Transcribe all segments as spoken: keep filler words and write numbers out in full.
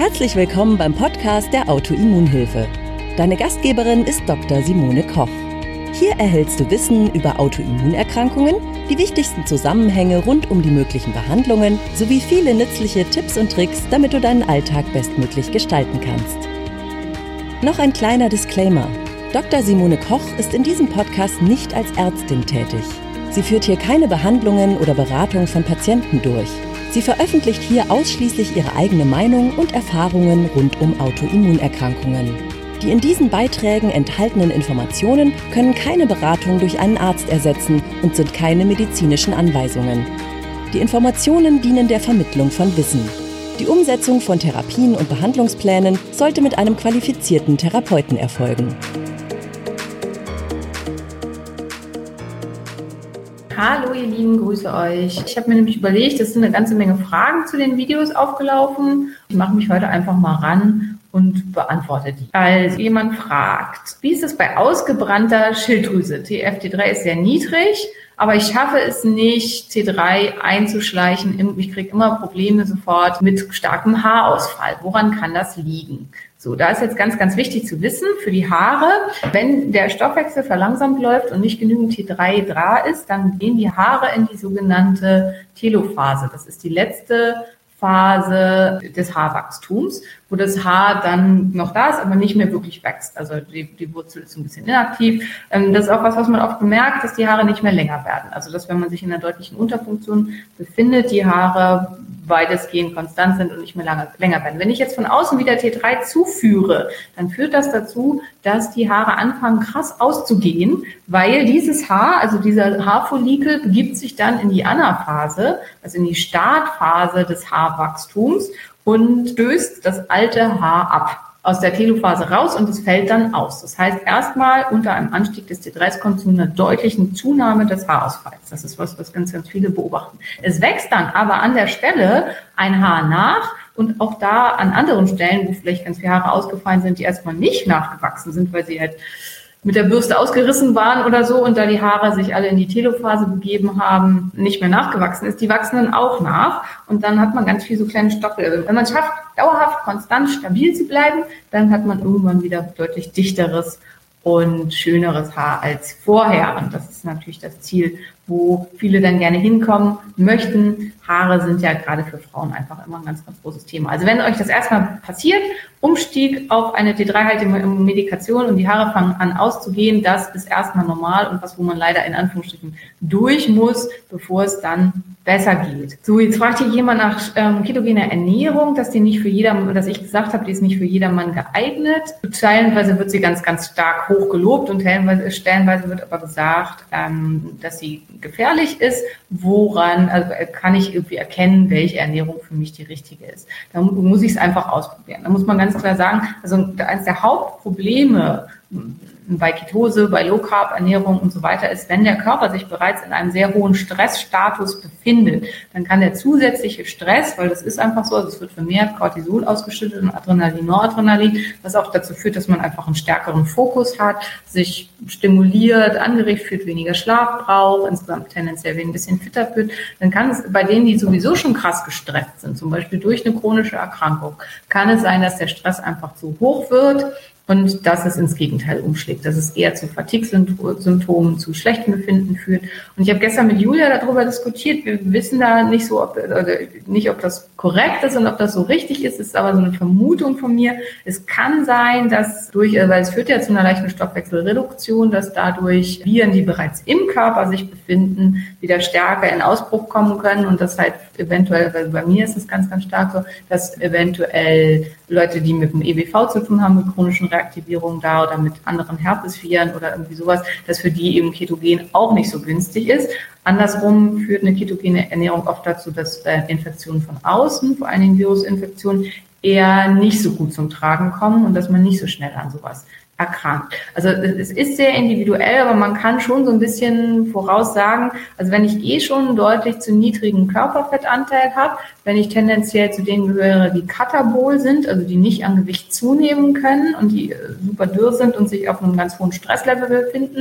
Herzlich willkommen beim Podcast der Autoimmunhilfe. Deine Gastgeberin ist Doktor Simone Koch. Hier erhältst du Wissen über Autoimmunerkrankungen, die wichtigsten Zusammenhänge rund um die möglichen Behandlungen sowie viele nützliche Tipps und Tricks, damit du deinen Alltag bestmöglich gestalten kannst. Noch ein kleiner Disclaimer. Doktor Simone Koch ist in diesem Podcast nicht als Ärztin tätig. Sie führt hier keine Behandlungen oder Beratung von Patienten durch. Sie veröffentlicht hier ausschließlich ihre eigene Meinung und Erfahrungen rund um Autoimmunerkrankungen. Die in diesen Beiträgen enthaltenen Informationen können keine Beratung durch einen Arzt ersetzen und sind keine medizinischen Anweisungen. Die Informationen dienen der Vermittlung von Wissen. Die Umsetzung von Therapien und Behandlungsplänen sollte mit einem qualifizierten Therapeuten erfolgen. Hallo ihr Lieben, grüße euch. Ich habe mir nämlich überlegt, es sind eine ganze Menge Fragen zu den Videos aufgelaufen. Ich mache mich heute einfach mal ran und beantworte die. Also jemand fragt, wie ist es bei ausgebrannter Schilddrüse? T F T drei ist sehr niedrig, aber ich schaffe es nicht, T drei einzuschleichen. Ich kriege immer Probleme sofort mit starkem Haarausfall. Woran kann das liegen? So, da ist jetzt ganz, ganz wichtig zu wissen für die Haare, wenn der Stoffwechsel verlangsamt läuft und nicht genügend T drei da ist, dann gehen die Haare in die sogenannte Telophase. Das ist die letzte Phase des Haarwachstums, wo das Haar dann noch da ist, aber nicht mehr wirklich wächst. Also die, die Wurzel ist ein bisschen inaktiv. Das ist auch was, was man oft bemerkt, dass die Haare nicht mehr länger werden. Also dass wenn man sich in einer deutlichen Unterfunktion befindet, die Haare weitestgehend konstant sind und nicht mehr lange, länger werden. Wenn ich jetzt von außen wieder T drei zuführe, dann führt das dazu, dass die Haare anfangen krass auszugehen, weil dieses Haar, also dieser Haarfollikel, begibt sich dann in die Anaphase, also in die Startphase des Haarwachstums und stößt das alte Haar ab aus der Telophase raus und es fällt dann aus. Das heißt, erstmal unter einem Anstieg des T drei kommt zu einer deutlichen Zunahme des Haarausfalls. Das ist was, was ganz, ganz viele beobachten. Es wächst dann aber an der Stelle ein Haar nach und auch da an anderen Stellen, wo vielleicht ganz viele Haare ausgefallen sind, die erstmal nicht nachgewachsen sind, weil sie halt mit der Bürste ausgerissen waren oder so und da die Haare sich alle in die Telophase begeben haben, nicht mehr nachgewachsen ist, die wachsen dann auch nach und dann hat man ganz viel so kleine Stoppel. Wenn man es schafft, dauerhaft, konstant, stabil zu bleiben, dann hat man irgendwann wieder deutlich dichteres und schöneres Haar als vorher. Und das ist natürlich das Ziel, wo viele dann gerne hinkommen möchten. Haare sind ja gerade für Frauen einfach immer ein ganz, ganz großes Thema. Also wenn euch das erstmal passiert, Umstieg auf eine T drei haltige Medikation und die Haare fangen an auszugehen, das ist erstmal normal und was, wo man leider in Anführungsstrichen durch muss, bevor es dann besser geht. So, jetzt fragt hier jemand nach ähm, ketogener Ernährung, dass die nicht für jedermann, dass ich gesagt habe, die ist nicht für jedermann geeignet. Stellenweise wird sie ganz, ganz stark hoch gelobt und stellenweise, stellenweise wird aber gesagt, ähm, dass sie gefährlich ist. Woran also kann ich irgendwie erkennen, welche Ernährung für mich die richtige ist? Da muss ich es einfach ausprobieren. Da muss man ganz klar sagen, also eines der Hauptprobleme bei Ketose, bei Low-Carb-Ernährung und so weiter ist, wenn der Körper sich bereits in einem sehr hohen Stressstatus befindet, dann kann der zusätzliche Stress, weil das ist einfach so, also es wird vermehrt Cortisol ausgeschüttet und Adrenalin, Noradrenalin, was auch dazu führt, dass man einfach einen stärkeren Fokus hat, sich stimuliert, angeregt fühlt, weniger Schlaf braucht, insgesamt tendenziell ein bisschen fitter fühlt, dann kann es bei denen, die sowieso schon krass gestresst sind, zum Beispiel durch eine chronische Erkrankung, kann es sein, dass der Stress einfach zu hoch wird, und dass es ins Gegenteil umschlägt, dass es eher zu Fatigue-Symptomen, zu schlechtem Befinden führt. Und ich habe gestern mit Julia darüber diskutiert. Wir wissen da nicht so, ob, oder nicht, ob das korrekt ist und ob das so richtig ist. Es ist aber so eine Vermutung von mir. Es kann sein, dass durch, weil es führt ja zu einer leichten Stoffwechselreduktion, dass dadurch Viren, die bereits im Körper sich befinden, wieder stärker in Ausbruch kommen können und das halt eventuell, weil bei mir ist es ganz, ganz stark so, dass eventuell Leute, die mit dem E B V zu tun haben, mit chronischen Reaktivierungen da oder mit anderen Herpesviren oder irgendwie sowas, dass für die eben Ketogen auch nicht so günstig ist. Andersrum führt eine ketogene Ernährung oft dazu, dass äh, Infektionen von außen, vor allen Dingen Virusinfektionen, eher nicht so gut zum Tragen kommen und dass man nicht so schnell an sowas erkrankt. Also es ist sehr individuell, aber man kann schon so ein bisschen voraussagen, also wenn ich eh schon einen deutlich zu niedrigen Körperfettanteil habe, wenn ich tendenziell zu denen gehöre, die katabol sind, also die nicht an Gewicht zunehmen können und die super dürr sind und sich auf einem ganz hohen Stresslevel befinden,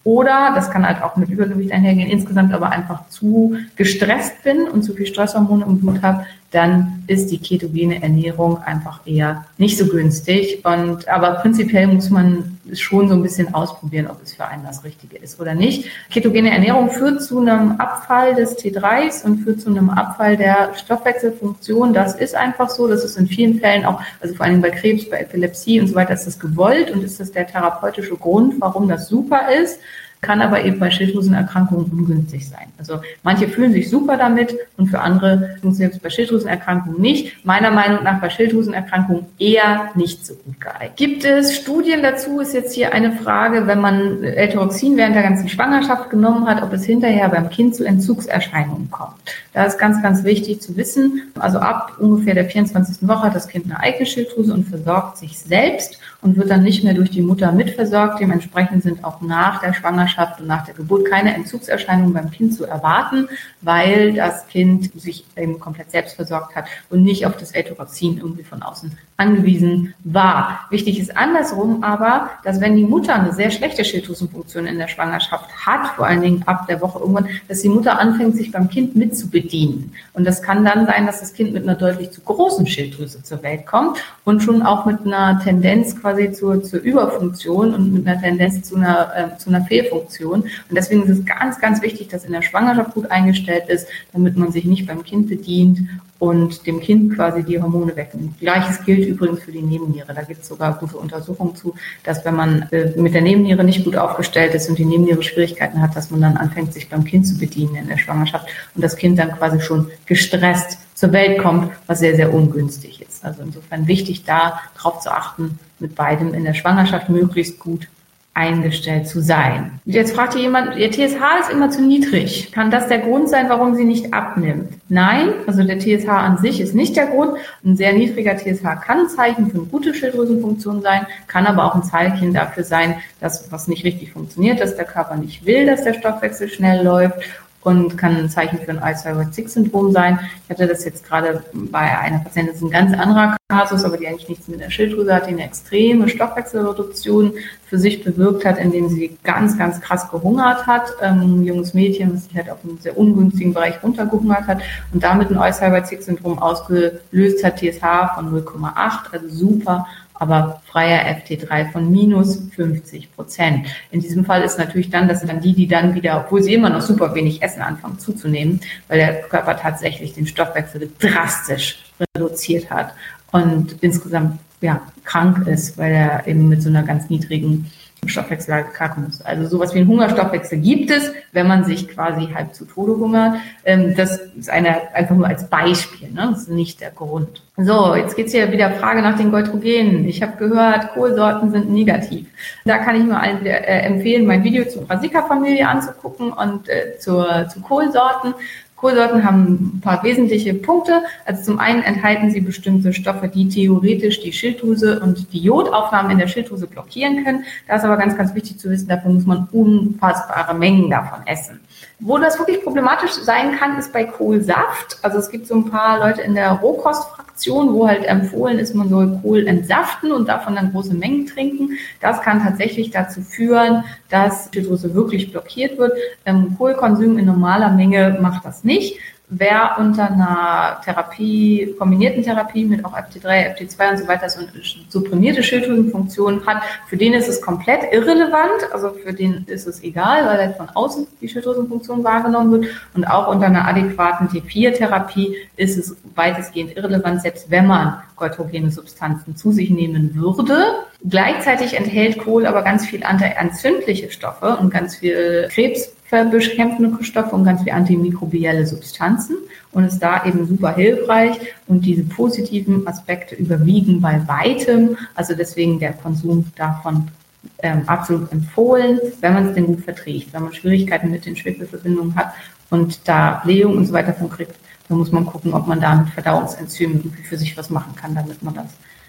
Oder, das kann halt auch mit Übergewicht einhergehen, insgesamt aber einfach zu gestresst bin und zu viel Stresshormone im Blut habe, dann ist die ketogene Ernährung einfach eher nicht so günstig. Und aber prinzipiell muss man schon so ein bisschen ausprobieren, ob es für einen das Richtige ist oder nicht. Ketogene Ernährung führt zu einem Abfall des T drei und führt zu einem Abfall der Stoffwechselfunktion. Das ist einfach so. Das ist in vielen Fällen auch, also vor allem bei Krebs, bei Epilepsie und so weiter, ist das gewollt und ist das der therapeutische Grund, warum das super ist. Kann aber eben bei Schilddrüsenerkrankungen ungünstig sein. Also manche fühlen sich super damit und für andere funktioniert es bei Schilddrüsenerkrankungen nicht. Meiner Meinung nach bei Schilddrüsenerkrankungen eher nicht so gut geeignet. Gibt es Studien dazu, ist jetzt hier eine Frage, wenn man L-Tyroxin während der ganzen Schwangerschaft genommen hat, ob es hinterher beim Kind zu Entzugserscheinungen kommt. Da ist ganz, ganz wichtig zu wissen, also ab ungefähr der vierundzwanzigsten Woche hat das Kind eine eigene Schilddrüse und versorgt sich selbst und wird dann nicht mehr durch die Mutter mitversorgt. Dementsprechend sind auch nach der Schwangerschaft und nach der Geburt keine Entzugserscheinungen beim Kind zu erwarten, weil das Kind sich eben komplett selbst versorgt hat und nicht auf das L-Tyroxin irgendwie von außen angewiesen war. Wichtig ist andersrum aber, dass wenn die Mutter eine sehr schlechte Schilddrüsenfunktion in der Schwangerschaft hat, vor allen Dingen ab der Woche irgendwann, dass die Mutter anfängt, sich beim Kind mitzubedienen. Und das kann dann sein, dass das Kind mit einer deutlich zu großen Schilddrüse zur Welt kommt und schon auch mit einer Tendenz quasi zur, zur Überfunktion und mit einer Tendenz zu einer, äh, zu einer Fehlfunktion. Und deswegen ist es ganz, ganz wichtig, dass in der Schwangerschaft gut eingestellt ist, damit man sich nicht beim Kind bedient und dem Kind quasi die Hormone wegnimmt. Gleiches gilt übrigens für die Nebenniere. Da gibt es sogar gute Untersuchungen zu, dass wenn man äh, mit der Nebenniere nicht gut aufgestellt ist und die Nebenniere Schwierigkeiten hat, dass man dann anfängt, sich beim Kind zu bedienen in der Schwangerschaft und das Kind dann quasi schon gestresst zur Welt kommt, was sehr, sehr ungünstig ist. Also insofern wichtig, da drauf zu achten, mit beidem in der Schwangerschaft möglichst gut eingestellt zu sein. Und jetzt fragt hier jemand, ihr T S H ist immer zu niedrig. Kann das der Grund sein, warum sie nicht abnimmt? Nein, also der T S H an sich ist nicht der Grund. Ein sehr niedriger T S H kann ein Zeichen für eine gute Schilddrüsenfunktion sein, kann aber auch ein Zeichen dafür sein, dass was nicht richtig funktioniert, dass der Körper nicht will, dass der Stoffwechsel schnell läuft. Und kann ein Zeichen für ein Alzheimer-Syndrom sein. Ich hatte das jetzt gerade bei einer Patientin, das ist ein ganz anderer Kasus, aber die eigentlich nichts mit der Schilddrüse hat, die eine extreme Stoffwechselreduktion für sich bewirkt hat, indem sie ganz, ganz krass gehungert hat. Ähm, ein junges Mädchen, das sich halt auf einem sehr ungünstigen Bereich runtergehungert hat und damit ein Alzheimer-Syndrom ausgelöst hat, T S H von null Komma acht, also super, aber freier F T drei von minus fünfzig Prozent. In diesem Fall ist natürlich dann, dass dann die, die dann wieder, obwohl sie immer noch super wenig essen, anfangen zuzunehmen, weil der Körper tatsächlich den Stoffwechsel drastisch reduziert hat und insgesamt ja krank ist, weil er eben mit so einer ganz niedrigen Stoffwechsellage klarkommen muss. Also sowas wie einen Hungerstoffwechsel gibt es, wenn man sich quasi halb zu Tode hungert. Das ist eine, einfach nur als Beispiel, ne? Das ist nicht der Grund. So, jetzt geht's hier wieder Frage nach den Goitrogenen. Ich habe gehört, Kohlsorten sind negativ. Da kann ich nur allen äh, empfehlen, mein Video zur Brassica-Familie anzugucken und äh, zur, zu Kohlsorten. Kohlsorten haben ein paar wesentliche Punkte. Also zum einen enthalten sie bestimmte Stoffe, die theoretisch die Schilddrüse und die Jodaufnahmen in der Schilddrüse blockieren können. Da ist aber ganz, ganz wichtig zu wissen, dafür muss man unfassbare Mengen davon essen. Wo das wirklich problematisch sein kann, ist bei Kohlsaft. Also es gibt so ein paar Leute in der Rohkostfraktion, wo halt empfohlen ist, man soll Kohl entsaften und davon dann große Mengen trinken. Das kann tatsächlich dazu führen, dass die Schilddrüse wirklich blockiert wird. Ähm, Kohlkonsum in normaler Menge macht das nicht. Wer unter einer Therapie, kombinierten Therapie mit auch F T drei, F T zwei und so weiter so eine supprimierte Schilddrüsenfunktion hat, für den ist es komplett irrelevant, also für den ist es egal, weil halt von außen die Schilddrüsenfunktion wahrgenommen wird und auch unter einer adäquaten T vier Therapie ist es weitestgehend irrelevant, selbst wenn man goitrogene Substanzen zu sich nehmen würde. Gleichzeitig enthält Kohl aber ganz viel antientzündliche Stoffe und ganz viel Krebs bekämpfende Stoffe und ganz viel antimikrobielle Substanzen und ist da eben super hilfreich und diese positiven Aspekte überwiegen bei weitem, also deswegen der Konsum davon ähm, absolut empfohlen, wenn man es denn gut verträgt. Wenn man Schwierigkeiten mit den Schwefelverbindungen hat und da Blähung und so weiter von kriegt, dann muss man gucken, ob man da mit Verdauungsenzymen irgendwie für sich was machen kann, damit man das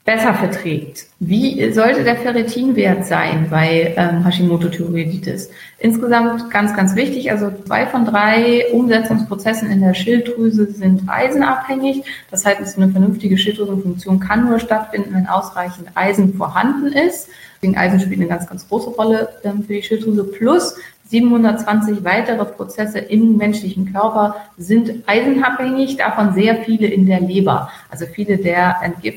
besser verträgt. Wie sollte der Ferritinwert sein bei ähm, Hashimoto-Thyreoiditis? Insgesamt ganz, ganz wichtig, also zwei von drei Umsetzungsprozessen in der Schilddrüse sind eisenabhängig. Das heißt, eine vernünftige Schilddrüsenfunktion kann nur stattfinden, wenn ausreichend Eisen vorhanden ist. Deswegen Eisen spielt eine ganz, ganz große Rolle ähm, für die Schilddrüse. Plus siebenhundertzwanzig weitere Prozesse im menschlichen Körper sind eisenabhängig, davon sehr viele in der Leber. Also viele der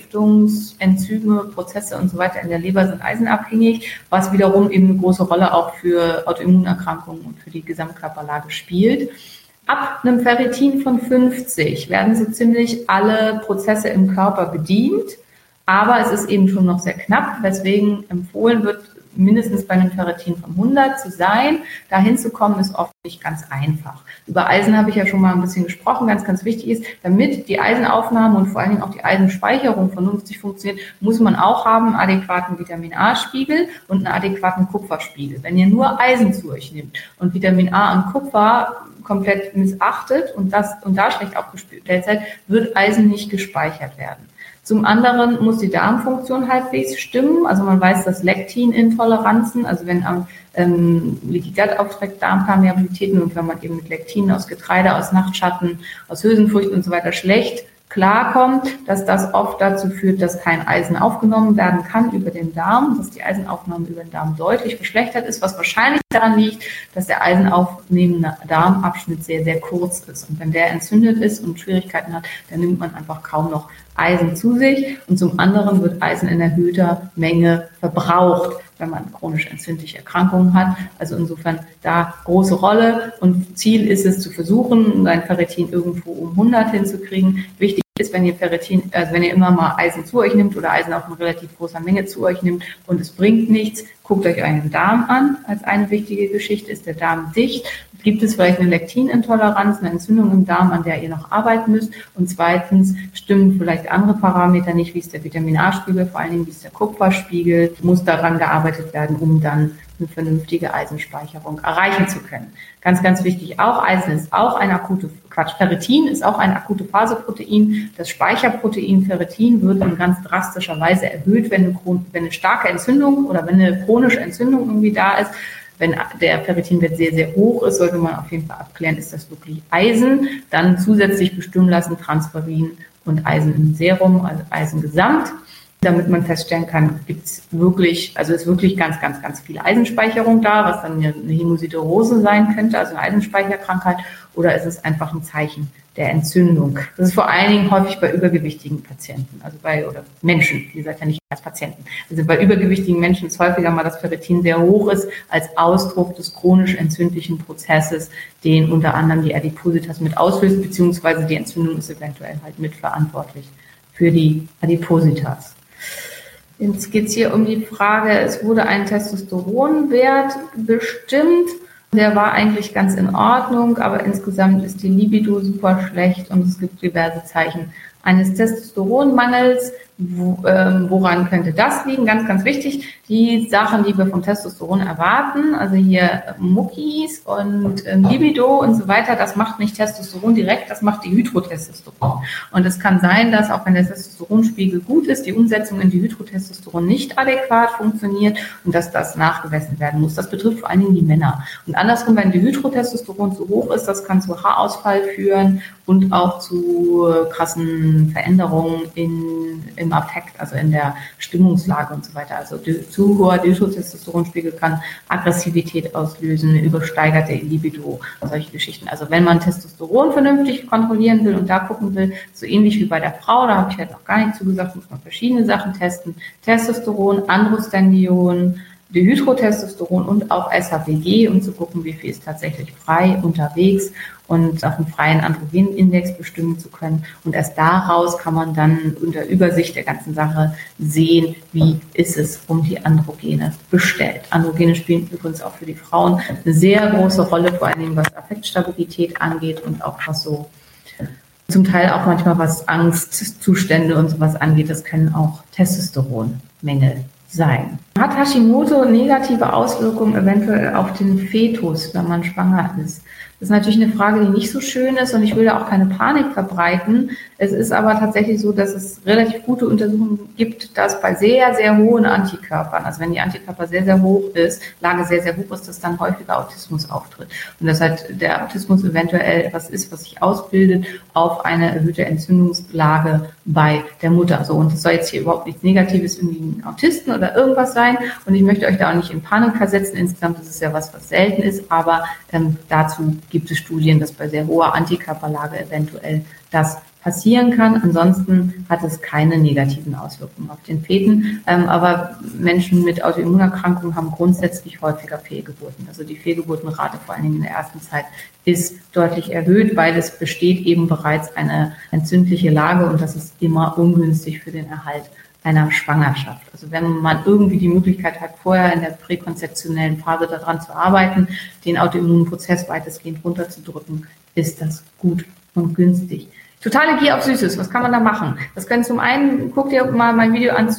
Entgiftungsenzyme, Prozesse und so weiter in der Leber sind eisenabhängig, was wiederum eben eine große Rolle auch für Autoimmunerkrankungen und für die Gesamtkörperlage spielt. Ab einem Ferritin von fünfzig werden so ziemlich alle Prozesse im Körper bedient, aber es ist eben schon noch sehr knapp, weswegen empfohlen wird, mindestens bei einem Ferritin von hundert zu sein. Dahin zu kommen, ist oft nicht ganz einfach. Über Eisen habe ich ja schon mal ein bisschen gesprochen. Ganz, ganz wichtig ist, damit die Eisenaufnahme und vor allen Dingen auch die Eisenspeicherung vernünftig funktioniert, muss man auch haben einen adäquaten Vitamin-A-Spiegel und einen adäquaten Kupferspiegel. Wenn ihr nur Eisen zu euch nehmt und Vitamin A und Kupfer komplett missachtet und das und da schlecht aufgestellt seid, wird Eisen nicht gespeichert werden. Zum anderen muss die Darmfunktion halbwegs stimmen. Also man weiß, dass Lektinintoleranzen, also wenn am ähm, Leaky Gut aufträgt, Darmpermeabilitäten und wenn man eben mit Lektin aus Getreide, aus Nachtschatten, aus Hülsenfrüchten und so weiter schlecht klarkommt, dass das oft dazu führt, dass kein Eisen aufgenommen werden kann über den Darm, dass die Eisenaufnahme über den Darm deutlich verschlechtert ist, was wahrscheinlich daran liegt, dass der eisenaufnehmende Darmabschnitt sehr, sehr kurz ist. Und wenn der entzündet ist und Schwierigkeiten hat, dann nimmt man einfach kaum noch Eisen zu sich. Und zum anderen wird Eisen in erhöhter Menge verbraucht, wenn man chronisch entzündliche Erkrankungen hat. Also insofern da große Rolle. Und Ziel ist es zu versuchen, sein Ferritin irgendwo um hundert hinzukriegen. Wichtig ist, wenn ihr Ferritin, also wenn ihr immer mal Eisen zu euch nimmt oder Eisen auch in relativ großer Menge zu euch nimmt und es bringt nichts, guckt euch euren Darm an. Als eine wichtige Geschichte ist der Darm dicht. Gibt es vielleicht eine Lektinintoleranz, eine Entzündung im Darm, an der ihr noch arbeiten müsst? Und zweitens stimmen vielleicht andere Parameter nicht, wie ist der Vitamin-A-Spiegel, vor allen Dingen wie ist der Kupferspiegel, muss daran gearbeitet werden, um dann eine vernünftige Eisenspeicherung erreichen zu können. Ganz, ganz wichtig auch, Eisen ist auch ein akute, Quatsch, Ferritin ist auch ein akute Phaseprotein. Das Speicherprotein Ferritin wird in ganz drastischer Weise erhöht, wenn eine, wenn eine starke Entzündung oder wenn eine chronische Entzündung irgendwie da ist. Wenn der Ferritinwert sehr, sehr hoch ist, sollte man auf jeden Fall abklären, ist das wirklich Eisen. Dann zusätzlich bestimmen lassen Transferin und Eisen im Serum, also Eisengesamt, damit man feststellen kann, gibt es wirklich, also ist wirklich ganz, ganz, ganz viel Eisenspeicherung da, was dann eine Hämosiderose sein könnte, also eine Eisenspeicherkrankheit, oder ist es einfach ein Zeichen der Entzündung? Das ist vor allen Dingen häufig bei übergewichtigen Patienten, also bei, oder Menschen, ihr seid ja nicht als Patienten. Also bei übergewichtigen Menschen ist häufiger mal das Ferritin sehr hoch ist, als Ausdruck des chronisch entzündlichen Prozesses, den unter anderem die Adipositas mit auslöst, beziehungsweise die Entzündung ist eventuell halt mitverantwortlich für die Adipositas. Jetzt geht es hier um die Frage, es wurde ein Testosteronwert bestimmt. Der war eigentlich ganz in Ordnung, aber insgesamt ist die Libido super schlecht und es gibt diverse Zeichen eines Testosteronmangels. Wo, ähm, woran könnte das liegen? Ganz, ganz wichtig, die Sachen, die wir vom Testosteron erwarten, also hier Muckis und ähm, Libido und so weiter, das macht nicht Testosteron direkt, das macht die Hydrotestosteron. Und es kann sein, dass auch wenn der Testosteronspiegel gut ist, die Umsetzung in die Hydrotestosteron nicht adäquat funktioniert und dass das nachgemessen werden muss. Das betrifft vor allen Dingen die Männer. Und andersrum, wenn die Hydrotestosteron zu hoch ist, das kann zu Haarausfall führen und auch zu krassen Veränderungen in, im Affekt, also in der Stimmungslage und so weiter. Also zu hoher Hydrotestosteronspiegel kann Aggressivität auslösen, übersteigerte Libido, solche Geschichten. Also wenn man Testosteron vernünftig kontrollieren will und da gucken will, so ähnlich wie bei der Frau, da habe ich halt noch gar nicht zugesagt, muss man verschiedene Sachen testen. Testosteron, Androstendion, Dihydrotestosteron und auch S H B G, um zu gucken, wie viel ist tatsächlich frei unterwegs und auch einen freien Androgenindex bestimmen zu können. Und erst daraus kann man dann unter Übersicht der ganzen Sache sehen, wie ist es um die Androgene bestellt. Androgene spielen übrigens auch für die Frauen eine sehr große Rolle, vor allem was Affektstabilität angeht und auch was so zum Teil auch manchmal was Angstzustände und sowas angeht. Das können auch Testosteronmängel sein. Hat Hashimoto negative Auswirkungen eventuell auf den Fetus, wenn man schwanger ist? Das ist natürlich eine Frage, die nicht so schön ist und ich will da auch keine Panik verbreiten. Es ist aber tatsächlich so, dass es relativ gute Untersuchungen gibt, dass bei sehr, sehr hohen Antikörpern, also wenn die Antikörper sehr, sehr hoch ist, Lage sehr, sehr hoch ist, dass dann häufiger Autismus auftritt. Und dass halt der Autismus eventuell etwas ist, was sich ausbildet auf eine erhöhte Entzündungslage bei der Mutter. Also, und es soll jetzt hier überhaupt nichts Negatives in den Autisten oder irgendwas sein. Und ich möchte euch da auch nicht in Panik versetzen. Insgesamt ist es ja was, was selten ist. Aber ähm, dazu gibt es Studien, dass bei sehr hoher Antikörperlage eventuell das passieren kann. Ansonsten hat es keine negativen Auswirkungen auf den Feten. Ähm, aber Menschen mit Autoimmunerkrankungen haben grundsätzlich häufiger Fehlgeburten. Also die Fehlgeburtenrate vor allen Dingen in der ersten Zeit ist deutlich erhöht, weil es besteht eben bereits eine entzündliche Lage und das ist immer ungünstig für den Erhalt einer Schwangerschaft. Also wenn man irgendwie die Möglichkeit hat, vorher in der präkonzeptionellen Phase daran zu arbeiten, den Autoimmunprozess weitestgehend runterzudrücken, ist das gut und günstig. Totale Gier auf Süßes, was kann man da machen? Das können zum einen, guckt ihr mal mein Video an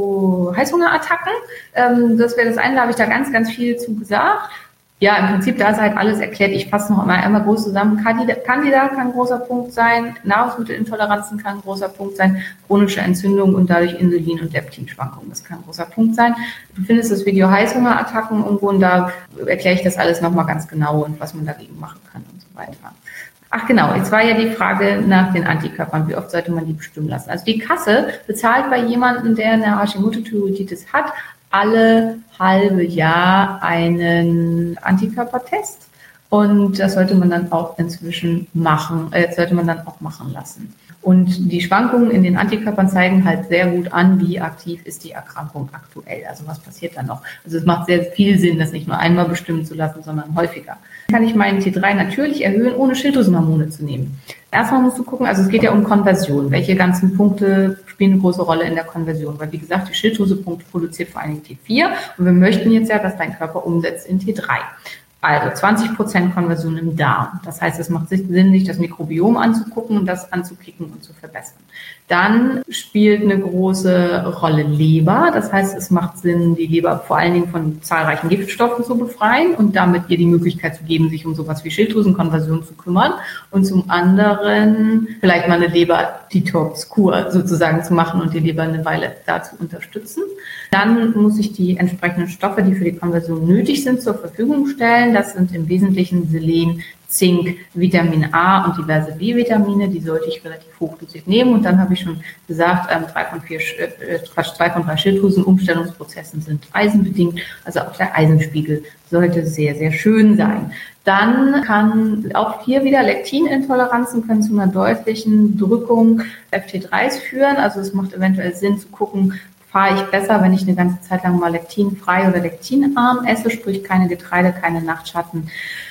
zu Heißhungerattacken. Ähm, das wäre das eine, da habe ich da ganz, ganz viel zu gesagt. Ja, im Prinzip, da ist halt alles erklärt. Ich fasse noch einmal, einmal groß zusammen. Candida, Candida kann ein großer Punkt sein, Nahrungsmittelintoleranzen kann ein großer Punkt sein, chronische Entzündung und dadurch Insulin- und Leptinschwankungen. Das kann ein großer Punkt sein. Du findest das Video Heißhungerattacken irgendwo und da erkläre ich das alles nochmal ganz genau und was man dagegen machen kann und so weiter. Ach genau, jetzt war ja die Frage nach den Antikörpern, wie oft sollte man die bestimmen lassen. Also die Kasse bezahlt bei jemandem, der eine Hashimoto-Thyreoiditis hat, alle halbe Jahr einen Antikörpertest und das sollte man dann auch inzwischen machen, äh, sollte man dann auch machen lassen. Und die Schwankungen in den Antikörpern zeigen halt sehr gut an, wie aktiv ist die Erkrankung aktuell. Also was passiert da noch? Also es macht sehr viel Sinn, das nicht nur einmal bestimmen zu lassen, sondern häufiger. Kann ich meinen T drei natürlich erhöhen, ohne Schilddrüsenhormone zu nehmen. Erstmal musst du gucken, also es geht ja um Konversion. Welche ganzen Punkte spielen eine große Rolle in der Konversion? Weil wie gesagt, die Schilddrüse produziert vor allem T vier und wir möchten jetzt ja, dass dein Körper umsetzt in T drei. Also zwanzig Prozent Konversion im Darm. Das heißt, es macht Sinn, sich das Mikrobiom anzugucken und das anzukicken und zu verbessern. Dann spielt eine große Rolle Leber. Das heißt, es macht Sinn, die Leber vor allen Dingen von zahlreichen Giftstoffen zu befreien und damit ihr die Möglichkeit zu geben, sich um sowas wie Schilddrüsenkonversion zu kümmern. Und zum anderen vielleicht mal eine Leber-Detox-Kur sozusagen zu machen und die Leber eine Weile dazu unterstützen. Dann muss ich die entsprechenden Stoffe, die für die Konversion nötig sind, zur Verfügung stellen. Das sind im Wesentlichen Selen, Zink, Vitamin A und diverse B-Vitamine. Die sollte ich relativ hochdosiert nehmen. Und dann habe ich schon gesagt, ähm, drei von vier, äh, zwei von drei Schilddrüsenumstellungsprozessen sind eisenbedingt. Also auch der Eisenspiegel sollte sehr, sehr schön sein. Dann kann auch hier wieder Lektinintoleranzen können zu einer deutlichen Drückung F T drei s führen. Also es macht eventuell Sinn zu gucken, fahre ich besser, wenn ich eine ganze Zeit lang mal lektinfrei oder lektinarm esse, sprich keine Getreide, keine Nachtschatten,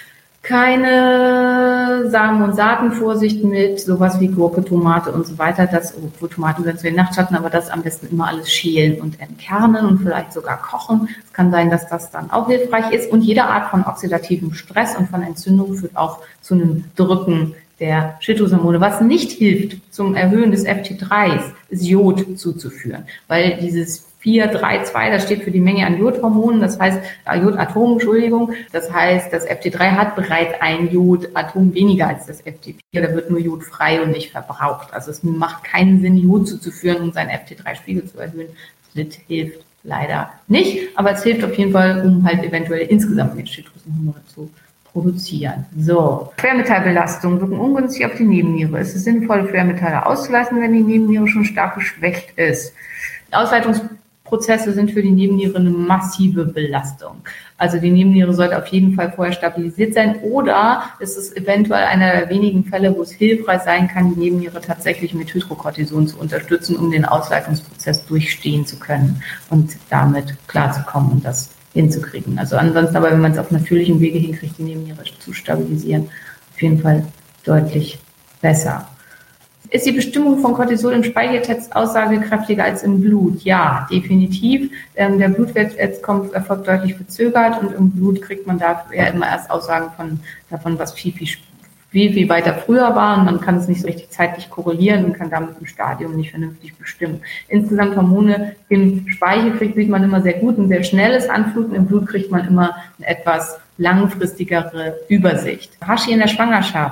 keine Samen- und Saatenvorsicht mit sowas wie Gurke, Tomate und so weiter. Das, obwohl Tomaten sind zu den Nachtschatten, aber das am besten immer alles schälen und entkernen und vielleicht sogar kochen. Es kann sein, dass das dann auch hilfreich ist. Und jede Art von oxidativem Stress und von Entzündung führt auch zu einem Drücken der Schilddrüsenhormone. Was nicht hilft zum Erhöhen des F T drei s, ist Jod zuzuführen, weil dieses vier drei zwei, das steht für die Menge an Jodhormonen, das heißt Jodatomen, Entschuldigung, das heißt, das F T drei hat bereits ein Jodatom weniger als das F T vier, da wird nur Jod frei und nicht verbraucht. Also es macht keinen Sinn, Jod zuzuführen, um seinen F T drei Spiegel zu erhöhen. Das hilft leider nicht, aber es hilft auf jeden Fall, um halt eventuell insgesamt mehr Schilddrüsenhormone zu produzieren. So, Schwermetallbelastung wirken ungünstig auf die Nebenniere. Es ist sinnvoll, Schwermetalle auszulassen, wenn die Nebenniere schon stark geschwächt ist. Ausleitungsprozesse sind für die Nebenniere eine massive Belastung. Also die Nebenniere sollte auf jeden Fall vorher stabilisiert sein oder es ist eventuell einer der wenigen Fälle, wo es hilfreich sein kann, die Nebenniere tatsächlich mit Hydrocortison zu unterstützen, um den Ausleitungsprozess durchstehen zu können und damit klarzukommen und das hinzukriegen. Also ansonsten, aber wenn man es auf natürlichem Wege hinkriegt, die Nebenniere zu stabilisieren, auf jeden Fall deutlich besser. Ist die Bestimmung von Cortisol im Speichertest aussagekräftiger als im Blut? Ja, definitiv. Ähm, der Blutwert jetzt kommt, erfolgt deutlich verzögert und im Blut kriegt man dafür ja immer erst Aussagen von, davon, was viel, viel, viel, viel weiter früher war und man kann es nicht so richtig zeitlich korrelieren und kann damit im Stadium nicht vernünftig bestimmen. Insgesamt Hormone im Speichel kriegt, sieht man immer sehr gut, ein sehr schnelles Anfluten, im Blut kriegt man immer eine etwas langfristigere Übersicht. Hashi in der Schwangerschaft.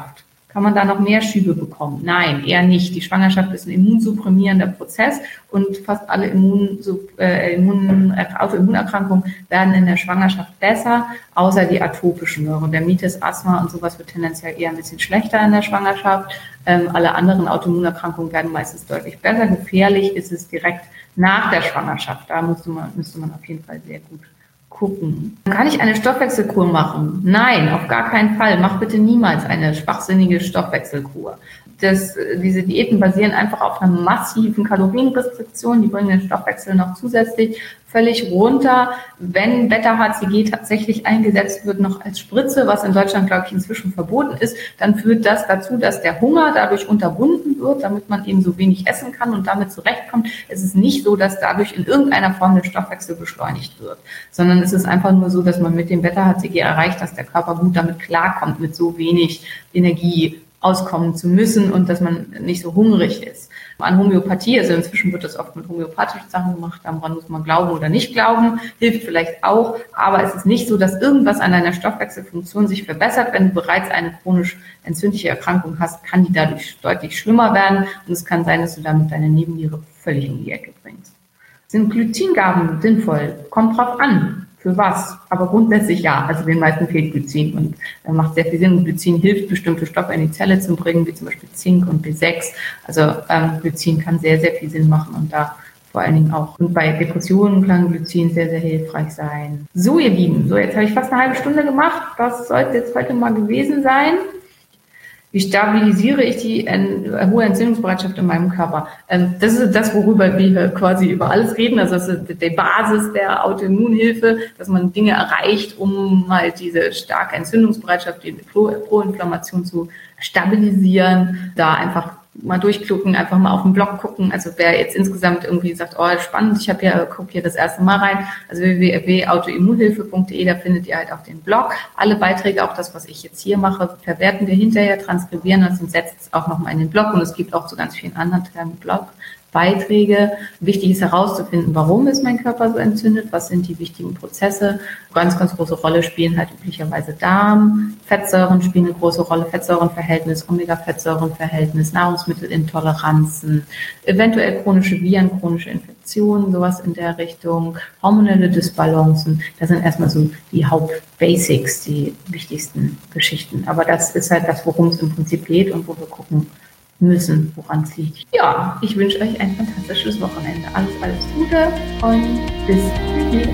Kann man da noch mehr Schübe bekommen? Nein, eher nicht. Die Schwangerschaft ist ein immunsupprimierender Prozess und fast alle Immun, äh, Immun, Autoimmunerkrankungen werden in der Schwangerschaft besser, außer die atopischen Neurodermitis, Asthma und sowas wird tendenziell eher ein bisschen schlechter in der Schwangerschaft. Ähm, alle anderen Autoimmunerkrankungen werden meistens deutlich besser. Gefährlich ist es direkt nach der Schwangerschaft. Da müsste man, müsste man auf jeden Fall sehr gut gucken. Kann ich eine Stoffwechselkur machen? Nein, auf gar keinen Fall. Mach bitte niemals eine schwachsinnige Stoffwechselkur. Das, diese Diäten basieren einfach auf einer massiven Kalorienrestriktion. Die bringen den Stoffwechsel noch zusätzlich völlig runter. Wenn Beta-H C G tatsächlich eingesetzt wird, noch als Spritze, was in Deutschland, glaube ich, inzwischen verboten ist, dann führt das dazu, dass der Hunger dadurch unterbunden wird, damit man eben so wenig essen kann und damit zurechtkommt. Es ist nicht so, dass dadurch in irgendeiner Form der Stoffwechsel beschleunigt wird, sondern es ist einfach nur so, dass man mit dem Beta-H C G erreicht, dass der Körper gut damit klarkommt, mit so wenig Energie auskommen zu müssen und dass man nicht so hungrig ist. An Homöopathie, also inzwischen wird das oft mit homöopathischen Sachen gemacht, daran muss man glauben oder nicht glauben, hilft vielleicht auch, aber es ist nicht so, dass irgendwas an deiner Stoffwechselfunktion sich verbessert. Wenn du bereits eine chronisch entzündliche Erkrankung hast, kann die dadurch deutlich schlimmer werden und es kann sein, dass du damit deine Nebenniere völlig um die Ecke bringst. Sind Glycingaben sinnvoll? Kommt drauf an. Für was? Aber grundsätzlich ja. Also den meisten fehlt Glycin und äh, macht sehr viel Sinn. Glycin hilft, bestimmte Stoffe in die Zelle zu bringen, wie zum Beispiel Zink und B sechs. Also ähm, Glycin kann sehr, sehr viel Sinn machen und da vor allen Dingen auch. Und bei Depressionen kann Glycin sehr, sehr hilfreich sein. So, ihr Lieben, so jetzt habe ich fast eine halbe Stunde gemacht. Das sollte jetzt heute mal gewesen sein. Wie stabilisiere ich die äh, hohe Entzündungsbereitschaft in meinem Körper? Ähm, das ist das, worüber wir quasi über alles reden. Also das ist die Basis der Autoimmunhilfe, dass man Dinge erreicht, um halt diese starke Entzündungsbereitschaft, die Proinflammation zu stabilisieren. Da einfach mal durchklicken, einfach mal auf den Blog gucken. Also wer jetzt insgesamt irgendwie sagt, oh spannend, ich habe ja guck hier das erste Mal rein. Also w w w punkt autoimmunhilfe punkt de, da findet ihr halt auch den Blog. Alle Beiträge, auch das, was ich jetzt hier mache, verwerten wir hinterher, transkribieren das und setzen es auch nochmal in den Blog. Und es gibt auch zu ganz vielen anderen Teilen Blog Beiträge. Wichtig ist herauszufinden, warum ist mein Körper so entzündet, was sind die wichtigen Prozesse. Ganz, ganz große Rolle spielen halt üblicherweise Darm, Fettsäuren spielen eine große Rolle, Fettsäurenverhältnis, Omega-Fettsäurenverhältnis, Nahrungsmittelintoleranzen, eventuell chronische Viren, chronische Infektionen, sowas in der Richtung, hormonelle Dysbalancen. Das sind erstmal so die Hauptbasics, die wichtigsten Geschichten. Aber das ist halt das, worum es im Prinzip geht und wo wir gucken müssen, woran es liegt. Ja, ich wünsche euch ein fantastisches Wochenende. Alles, alles Gute und bis demnächst.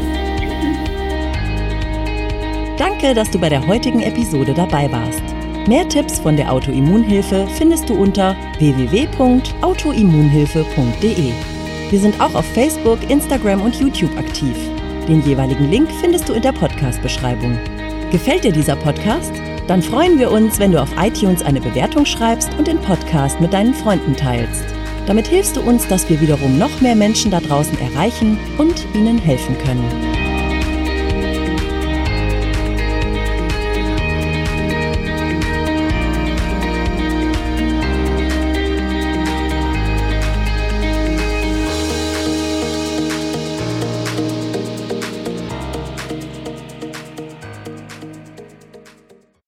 Danke, dass du bei der heutigen Episode dabei warst. Mehr Tipps von der Autoimmunhilfe findest du unter w w w punkt autoimmunhilfe punkt de. Wir sind auch auf Facebook, Instagram und YouTube aktiv. Den jeweiligen Link findest du in der Podcast-Beschreibung. Gefällt dir dieser Podcast? Dann freuen wir uns, wenn du auf iTunes eine Bewertung schreibst und den Podcast mit deinen Freunden teilst. Damit hilfst du uns, dass wir wiederum noch mehr Menschen da draußen erreichen und ihnen helfen können.